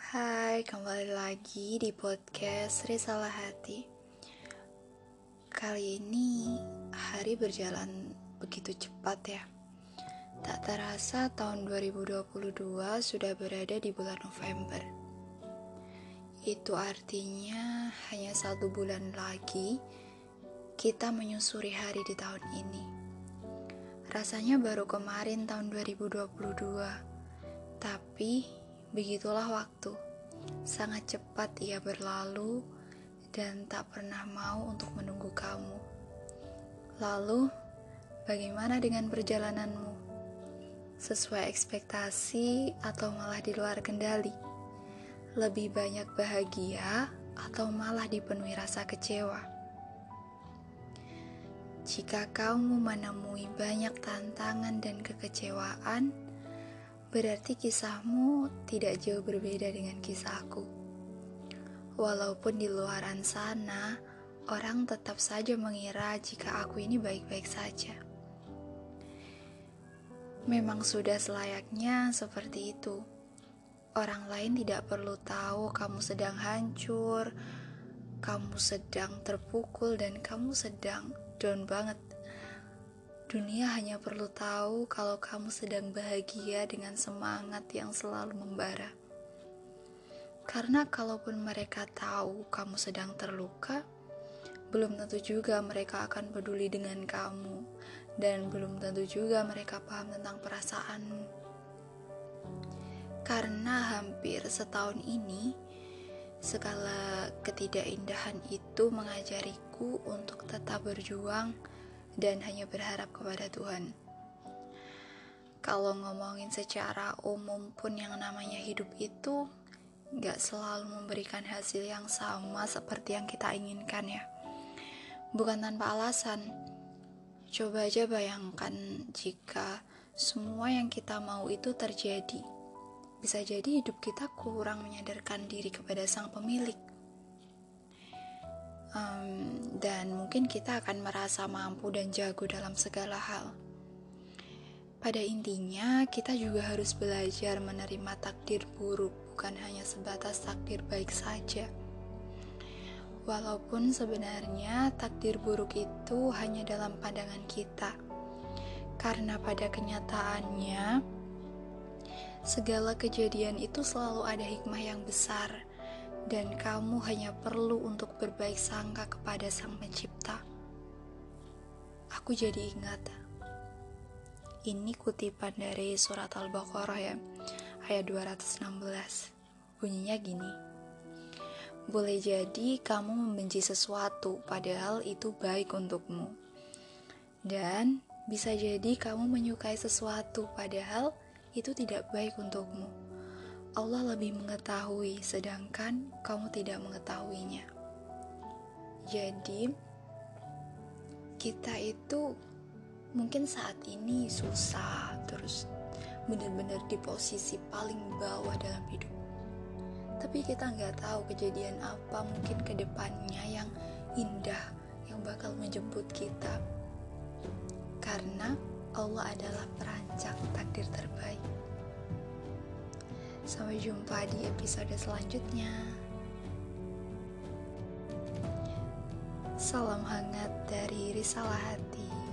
Hai, kembali lagi di podcast Risalah Hati. Kali ini hari berjalan begitu cepat ya. Tak terasa tahun 2022 sudah berada di bulan November. Itu artinya hanya 1 bulan lagi kita menyusuri hari di tahun ini. Rasanya baru kemarin tahun 2022, tapi begitulah waktu, sangat cepat ia berlalu dan tak pernah mau untuk menunggu kamu. Lalu, bagaimana dengan perjalananmu? Sesuai ekspektasi atau malah di luar kendali? Lebih banyak bahagia atau malah dipenuhi rasa kecewa? Jika kamu menemui banyak tantangan dan kekecewaan, berarti kisahmu tidak jauh berbeda dengan kisahku. Walaupun di luaran sana, orang tetap saja mengira jika aku ini baik-baik saja. Memang sudah selayaknya seperti itu. Orang lain tidak perlu tahu kamu sedang hancur, kamu sedang terpukul, dan kamu sedang down banget. Dunia hanya perlu tahu kalau kamu sedang bahagia dengan semangat yang selalu membara. Karena kalaupun mereka tahu kamu sedang terluka, belum tentu juga mereka akan peduli dengan kamu, dan belum tentu juga mereka paham tentang perasaanmu. Karena hampir setahun ini, segala ketidakindahan itu mengajariku untuk tetap berjuang dan hanya berharap kepada Tuhan. Kalau ngomongin secara umum pun yang namanya hidup itu gak selalu memberikan hasil yang sama seperti yang kita inginkan ya. Bukan tanpa alasan. Coba aja bayangkan jika semua yang kita mau itu terjadi. Bisa jadi hidup kita kurang menyadarkan diri kepada sang pemilik. Dan mungkin kita akan merasa mampu dan jago dalam segala hal. Pada intinya, kita juga harus belajar menerima takdir buruk, bukan hanya sebatas takdir baik saja. Walaupun sebenarnya takdir buruk itu hanya dalam pandangan kita. Karena pada kenyataannya, segala kejadian itu selalu ada hikmah yang besar. Dan kamu hanya perlu untuk berbaik sangka kepada Sang Pencipta. Aku jadi ingat, ini kutipan dari surat Al-Baqarah ya, ayat 216. Bunyinya gini: boleh jadi kamu membenci sesuatu padahal itu baik untukmu, dan bisa jadi kamu menyukai sesuatu padahal itu tidak baik untukmu. Allah lebih mengetahui, sedangkan kamu tidak mengetahuinya. Jadi, kita itu mungkin saat ini susah, terus benar-benar di posisi paling bawah dalam hidup. Tapi kita nggak tahu kejadian apa mungkin ke depannya yang indah, yang bakal menjemput kita. Karena Allah adalah perancang takdir terbaik. Sampai jumpa di episode selanjutnya. Salam hangat dari Risalah Hati.